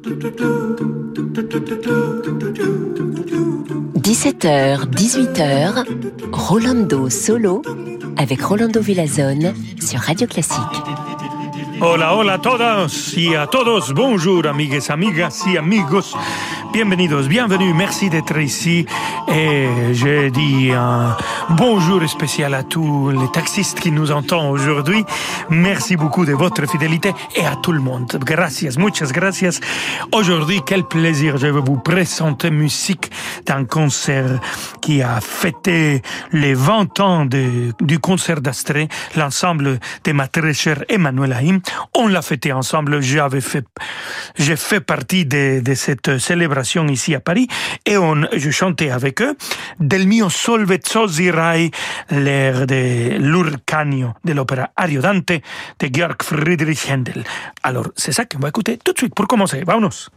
17h, 18h, Rolando Solo avec Rolando Villazone sur Radio Classique. Hola, hola a todas y a todos. Bonjour, amigues, amigas y amigos. Bienvenidos, bienvenue. Merci d'être ici. Et je dis un bonjour spécial à tous les taxistes qui nous entendent aujourd'hui. Merci beaucoup de votre fidélité et à tout le monde. Gracias, muchas gracias. Aujourd'hui, quel plaisir. Je vais vous présenter musique d'un concert qui a fêté les 20 ans du concert d'Astrée, l'ensemble de ma très chère Emmanuelle Haïm. On l'a fêté ensemble. J'ai fait partie de cette célébration ici à Paris et je chantais avec eux Del mio sol vezzosi rai, l'air de l'Urcanio de l'opéra Ariodante de Georg Friedrich Händel. Alors, c'est ça qu'on va écouter tout de suite pour commencer. Vámonos!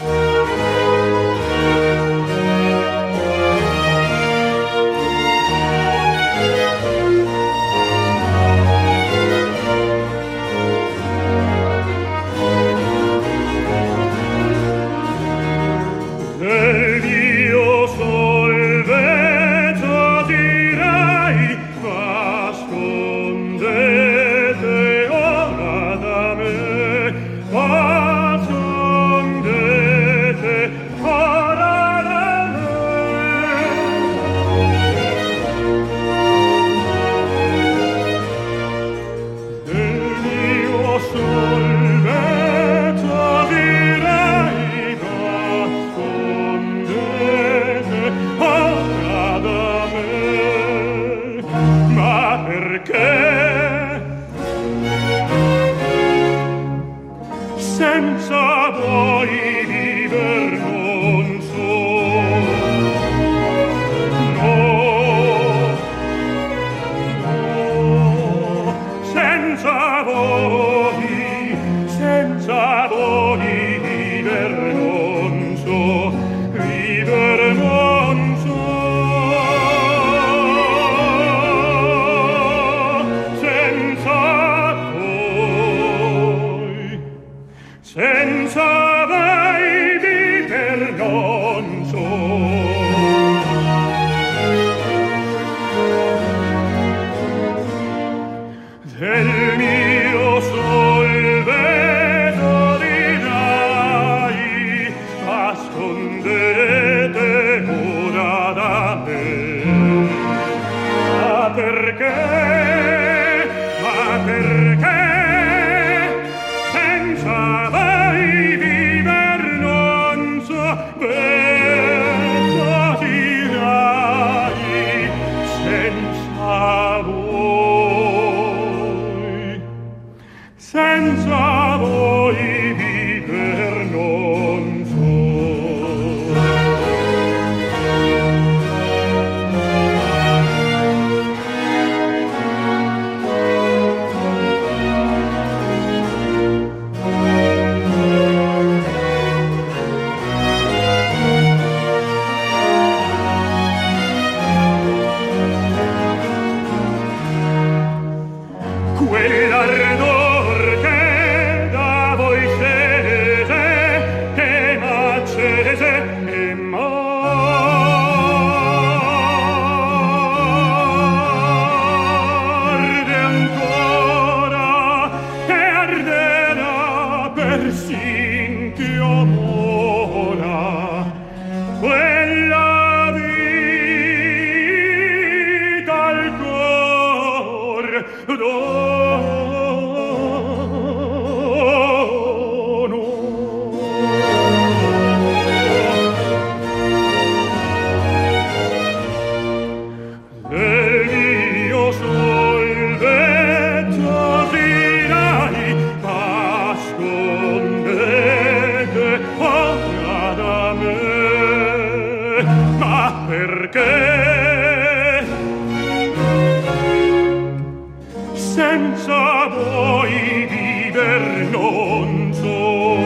Senza voi viver non so.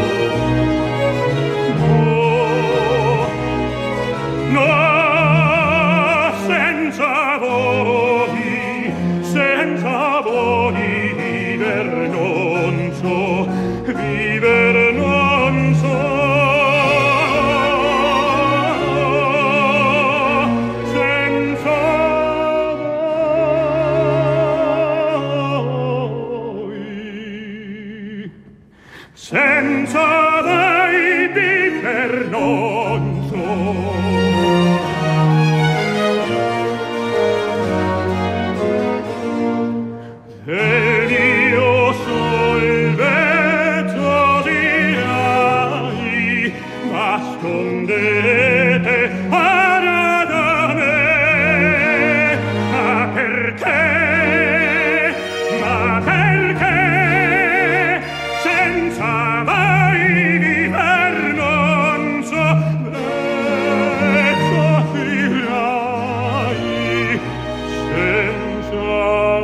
No, senza voi viver non so, viver non so. senza lei viver non so. Del io sol vezzosiai, nascondete ara da me. Ma perché? Ma perché? Senza mai viver non so. Vezzosiai, senza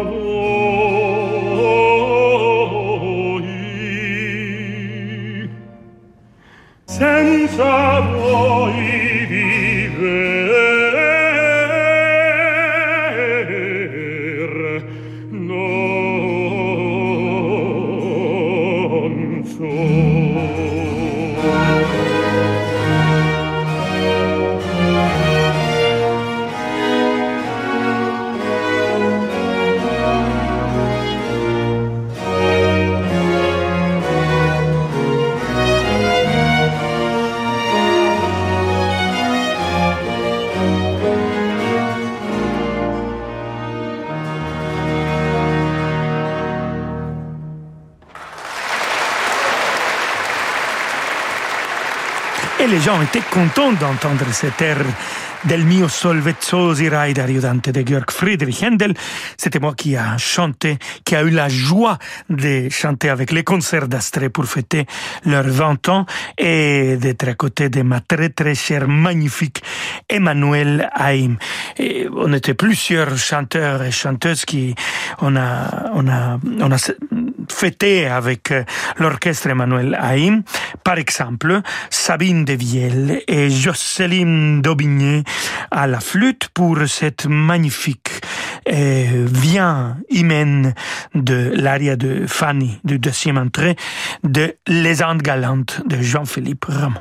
voi. Senza voi viver non so. Et les gens étaient contents d'entendre cet air del mio sol vezzosirai Dario Dante de Georg Friedrich Händel. C'était moi qui a chanté, qui a eu la joie de chanter avec les concerts d'Astrée pour fêter leurs 20 ans et d'être à côté de ma très très chère, magnifique Emmanuelle Haïm. Et on était plusieurs chanteurs et chanteuses qui on a fêté avec l'orchestre Emmanuelle Haïm. Par exemple, Sabine Devielle et Jocelyne Daubigné à la flûte pour cette magnifique vient hymen de l'aria de Fanny du deuxième entrée de Les Andes galantes de Jean-Philippe Rameau.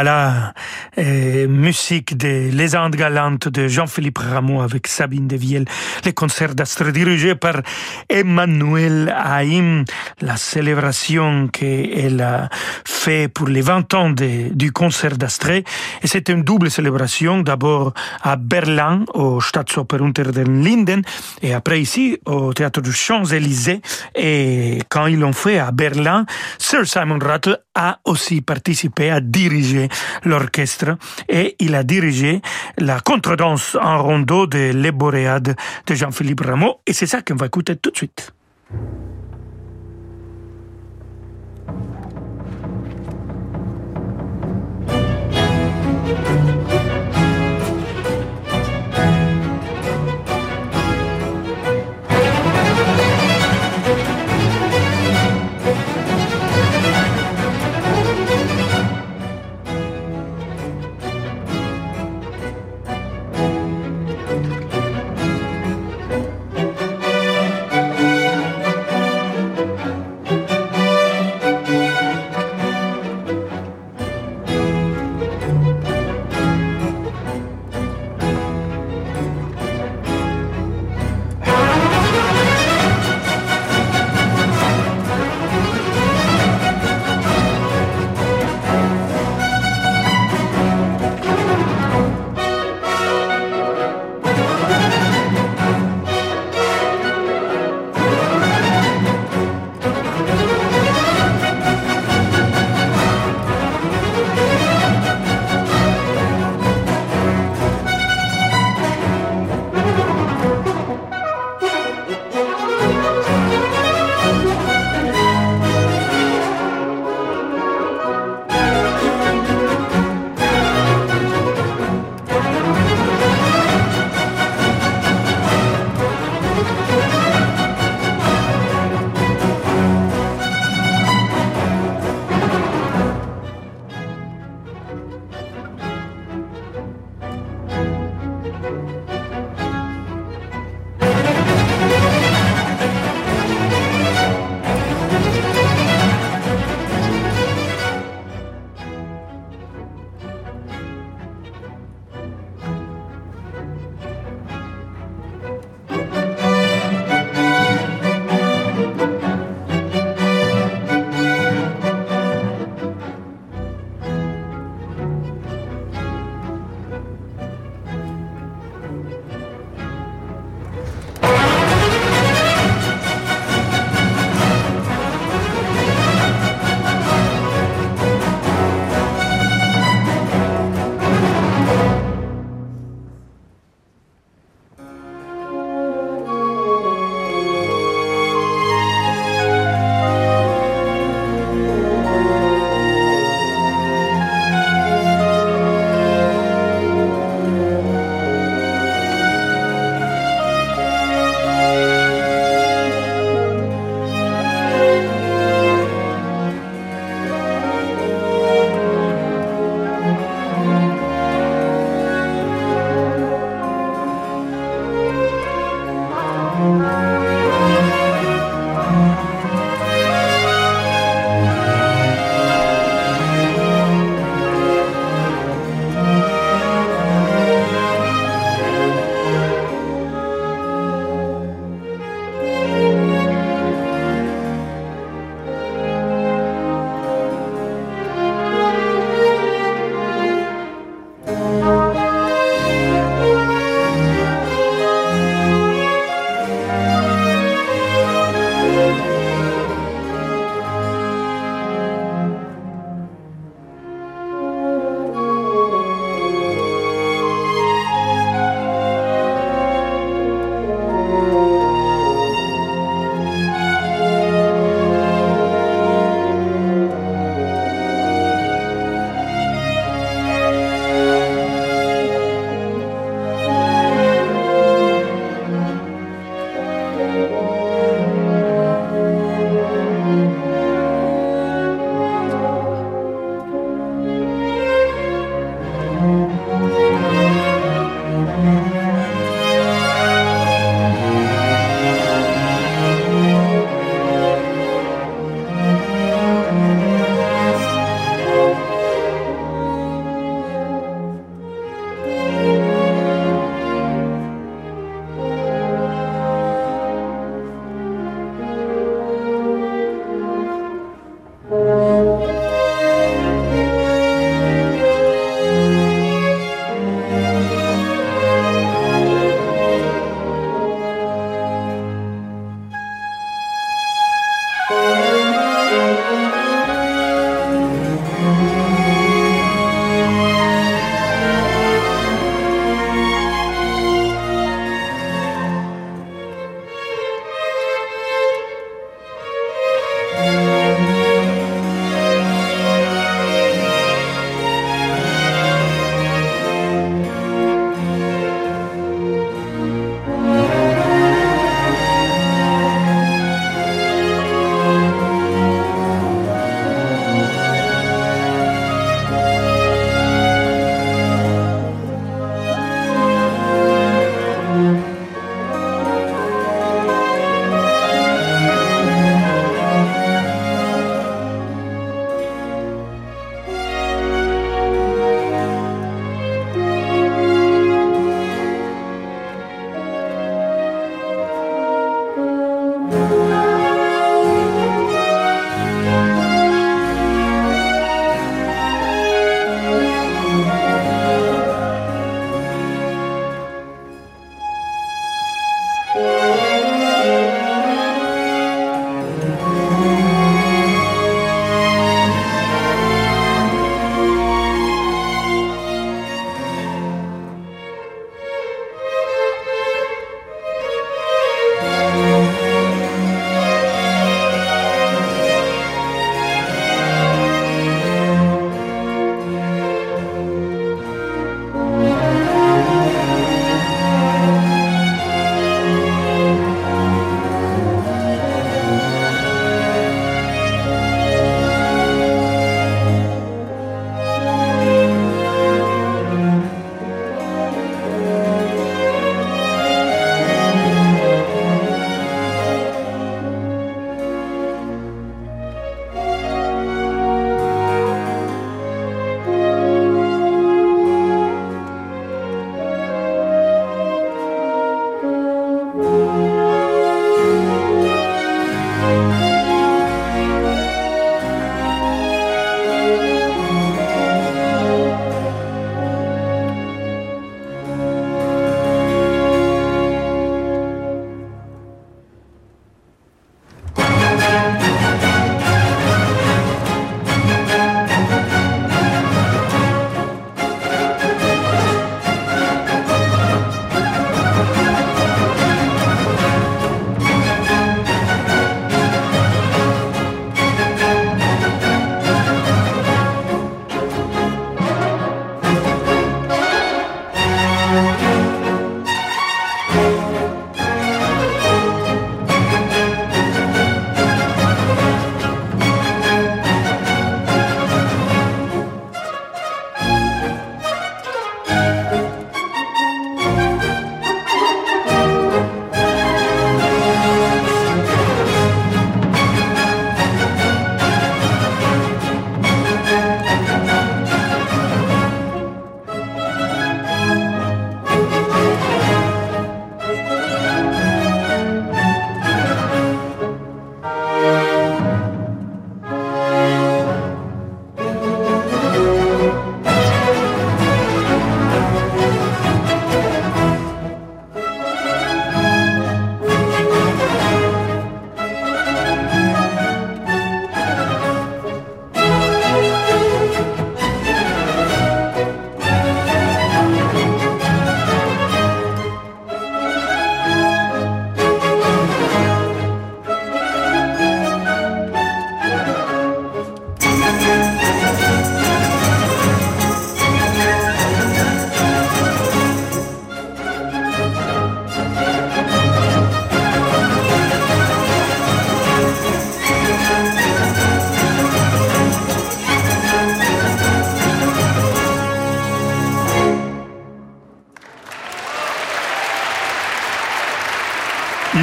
Voilà, musique des Légendes galantes de Jean-Philippe Rameau avec Sabine Devielle, les concerts d'Astre dirigés par Emmanuel Haïm, la célébration qu'elle a fait pour les 20 ans du concert d'Astre. Et c'était une double célébration, d'abord à Berlin, au Staatsoper unter den Linden, et après ici, au Théâtre des Champs-Élysées. Et quand ils l'ont fait à Berlin, Sir Simon Rattle a aussi participé à diriger l'orchestre et il a dirigé la contredanse en rondeau de Les Boréades de Jean-Philippe Rameau et c'est ça qu'on va écouter tout de suite.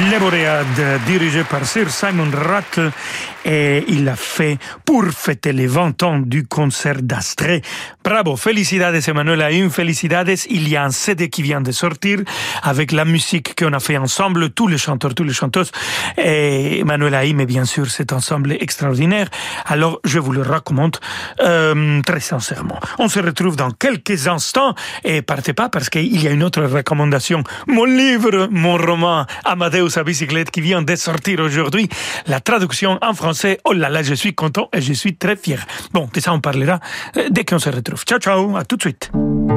Les Boréades, dirigé par Sir Simon Rattle, et il l'a fait pour fêter les 20 ans du concert d'Astrée. Bravo, felicidades Emanuela, felicidades. Il y a un CD qui vient de sortir avec la musique qu'on a fait ensemble, tous les chanteurs, toutes les chanteuses, et Emanuela mais bien sûr cet ensemble extraordinaire. Alors je vous le recommande très sincèrement. On se retrouve dans quelques instants et partez pas parce qu'il y a une autre recommandation. Mon livre, mon roman Amadeus à bicyclette qui vient de sortir aujourd'hui. La traduction en français, oh là là, je suis content et je suis très fier. Bon, de ça on parlera dès qu'on se retrouve. Ciao, ciao, à tout de suite.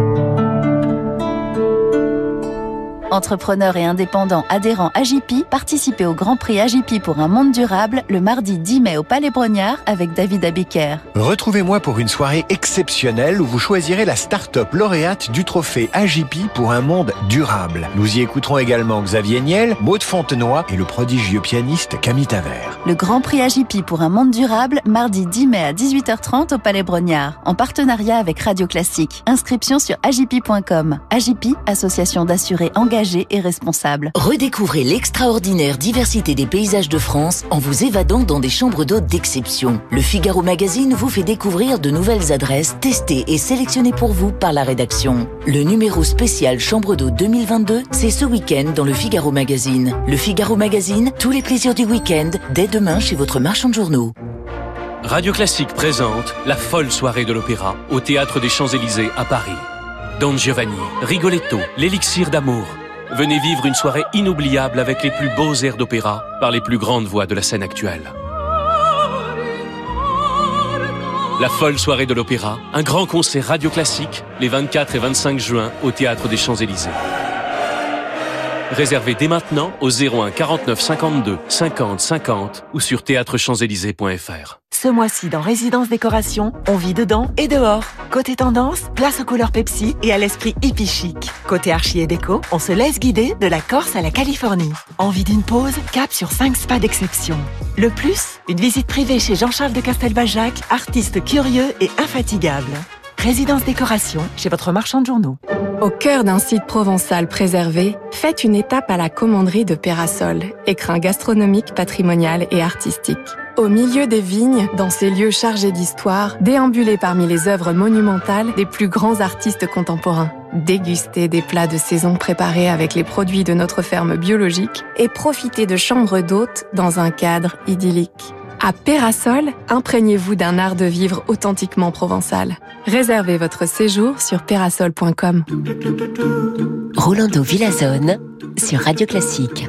Entrepreneurs et indépendants adhérents AGIPI, participez au Grand Prix AGIPI pour un monde durable le mardi 10 mai au Palais Brognard avec David Abiker. Retrouvez-moi pour une soirée exceptionnelle où vous choisirez la start-up lauréate du trophée AGIPI pour un monde durable. Nous y écouterons également Xavier Niel, Maud Fontenoy et le prodigieux pianiste Camille Tavert. Le Grand Prix AGIPI pour un monde durable, mardi 10 mai à 18h30 au Palais Brognard, en partenariat avec Radio Classique. Inscription sur agipi.com. AGIPI, association d'assurés engagés et responsable. Redécouvrez l'extraordinaire diversité des paysages de France en vous évadant dans des chambres d'hôtes d'exception. Le Figaro Magazine vous fait découvrir de nouvelles adresses testées et sélectionnées pour vous par la rédaction. Le numéro spécial Chambre d'hôtes 2022, c'est ce week-end dans le Figaro Magazine. Le Figaro Magazine, tous les plaisirs du week-end, dès demain chez votre marchand de journaux. Radio Classique présente la folle soirée de l'opéra au Théâtre des Champs-Élysées à Paris. Don Giovanni, Rigoletto, l'élixir d'amour. Venez vivre une soirée inoubliable avec les plus beaux airs d'opéra par les plus grandes voix de la scène actuelle. La folle soirée de l'opéra, un grand concert Radio Classique les 24 et 25 juin au Théâtre des Champs-Élysées. Réservez dès maintenant au 01 49 52 50 50 ou sur théâtrechamps-élysées.fr. Ce mois-ci, dans Résidence Décoration, on vit dedans et dehors. Côté tendance, place aux couleurs Pepsi et à l'esprit hippie chic. Côté archi et déco, on se laisse guider de la Corse à la Californie. Envie d'une pause? Cap sur 5 spas d'exception. Le plus, une visite privée chez Jean-Charles de Castelbajac, artiste curieux et infatigable. Résidence Décoration, chez votre marchand de journaux. Au cœur d'un site provençal préservé, faites une étape à la commanderie de Pérasol, écrin gastronomique, patrimonial et artistique. Au milieu des vignes, dans ces lieux chargés d'histoire, déambulez parmi les œuvres monumentales des plus grands artistes contemporains. Dégustez des plats de saison préparés avec les produits de notre ferme biologique et profitez de chambres d'hôtes dans un cadre idyllique. À Pérasol, imprégnez-vous d'un art de vivre authentiquement provençal. Réservez votre séjour sur perasol.com. Rolando Villazone sur Radio Classique.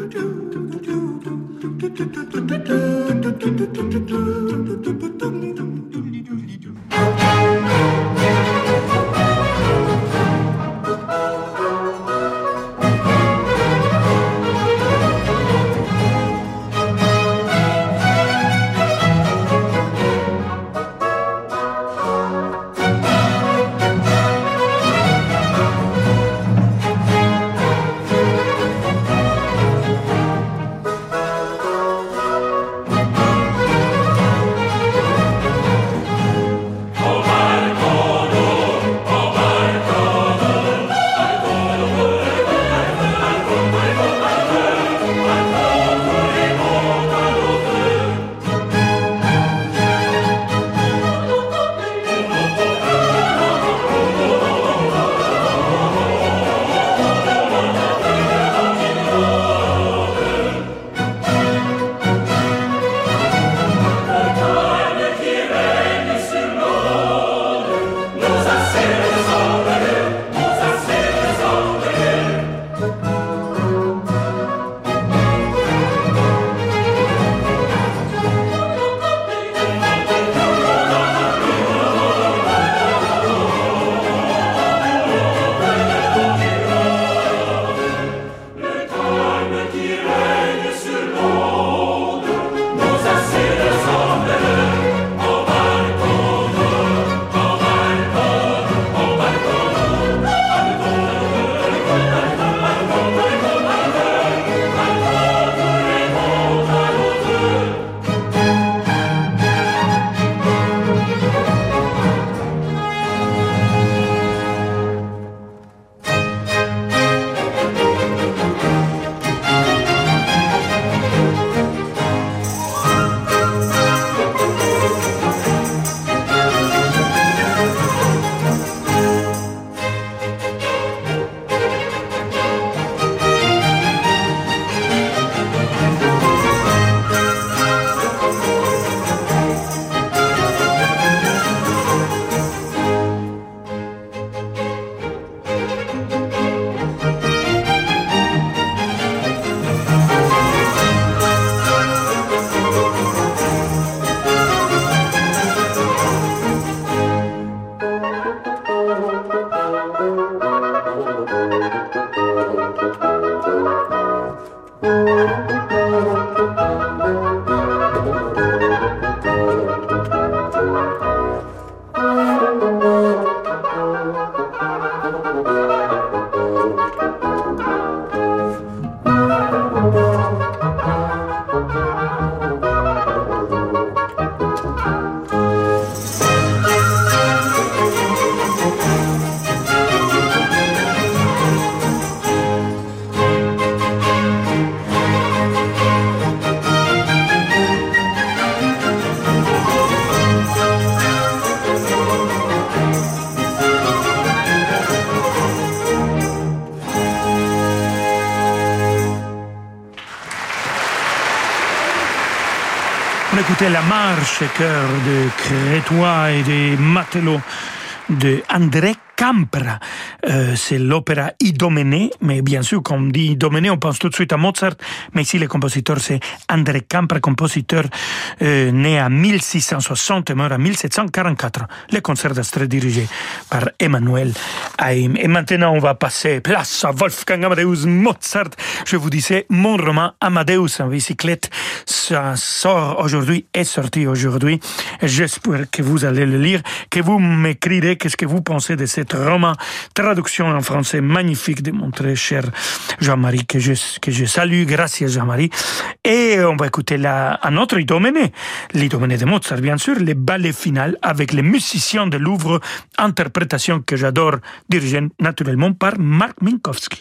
On écoutait la marche chœur de Crétois et des matelots de André Campra. C'est l'opéra Idoménée, mais bien sûr, quand on dit Idoménée, on pense tout de suite à Mozart, mais ici le compositeur c'est André Campra, compositeur né en 1660 et mort en 1744. Le concert d'Astre dirigé par Emmanuel Haïm. Et maintenant, on va passer place à Wolfgang Amadeus Mozart. Je vous disais, mon roman Amadeus en bicyclette, ça sort aujourd'hui, est sorti aujourd'hui. J'espère que vous allez le lire, que vous m'écrirez qu'est-ce que vous pensez de ce roman, traduction en français magnifique de mon très cher Jean-Marie, que je salue, gracias Jean-Marie. Et on va écouter un autre Idoménée, l'Idoménée de Mozart, bien sûr, le ballet final avec les musiciens de Louvre, interprétation que j'adore, dirigée naturellement par Marc Minkowski.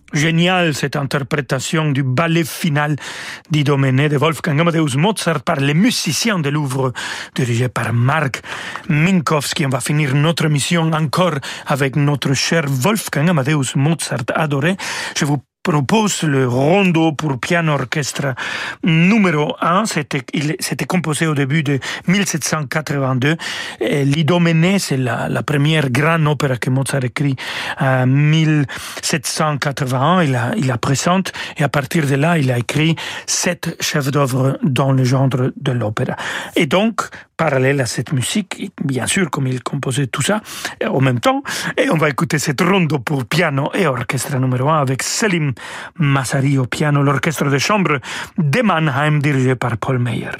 Génial cette interprétation du ballet final d'Idoménée de Wolfgang Amadeus Mozart par les musiciens de Louvre, dirigé par Marc Minkowski. On va finir notre émission encore avec notre cher Wolfgang Amadeus Mozart adoré. Je vous propose le rondo pour piano orchestre numéro 1. C'était composé au début de 1782. L'Idoménée, c'est la première grande opéra que Mozart écrit en 1781. Il la présente et à partir de là, il a écrit 7 chefs-d'œuvre dans le genre de l'opéra. Et donc, parallèle à cette musique, bien sûr, comme il composait tout ça en même temps, et on va écouter cette rondo pour piano et orchestre numéro 1 avec Selim Massari au piano, l'orchestre de chambre de Mannheim dirigé par Paul Meyer.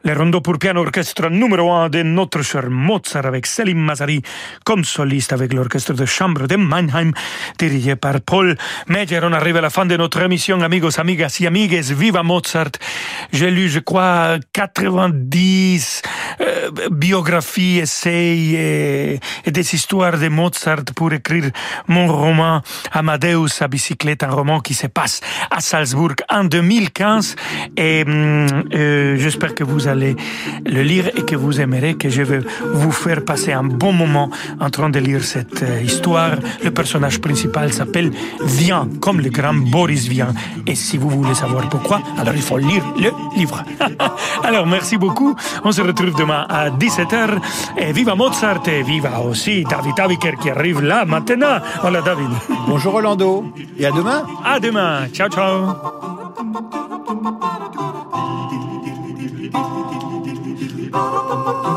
Le rondo pour piano orchestre numéro 1 de notre cher Mozart avec Selim Mazari comme soliste avec l'orchestre de chambre de Mannheim dirigé par Paul Meyer. On arrive à la fin de notre émission, amigos, amigas y amigues. Viva Mozart! J'ai lu, je crois, 90 biographies, essais et des histoires de Mozart pour écrire mon roman Amadeus à bicyclette, un roman qui se passe à Salzbourg en 2015 et j'espère que vous allez le lire et que vous aimerez, que je vais vous faire passer un bon moment en train de lire cette histoire. Le personnage principal s'appelle Vian, comme le grand Boris Vian. Et si vous voulez savoir pourquoi, alors il faut lire le livre. Alors merci beaucoup, on se retrouve demain à 17h et viva Mozart et viva aussi David Aviker qui arrive là maintenant. Hola David. Bonjour Rolando, et à demain. À demain, ciao ciao. Oh,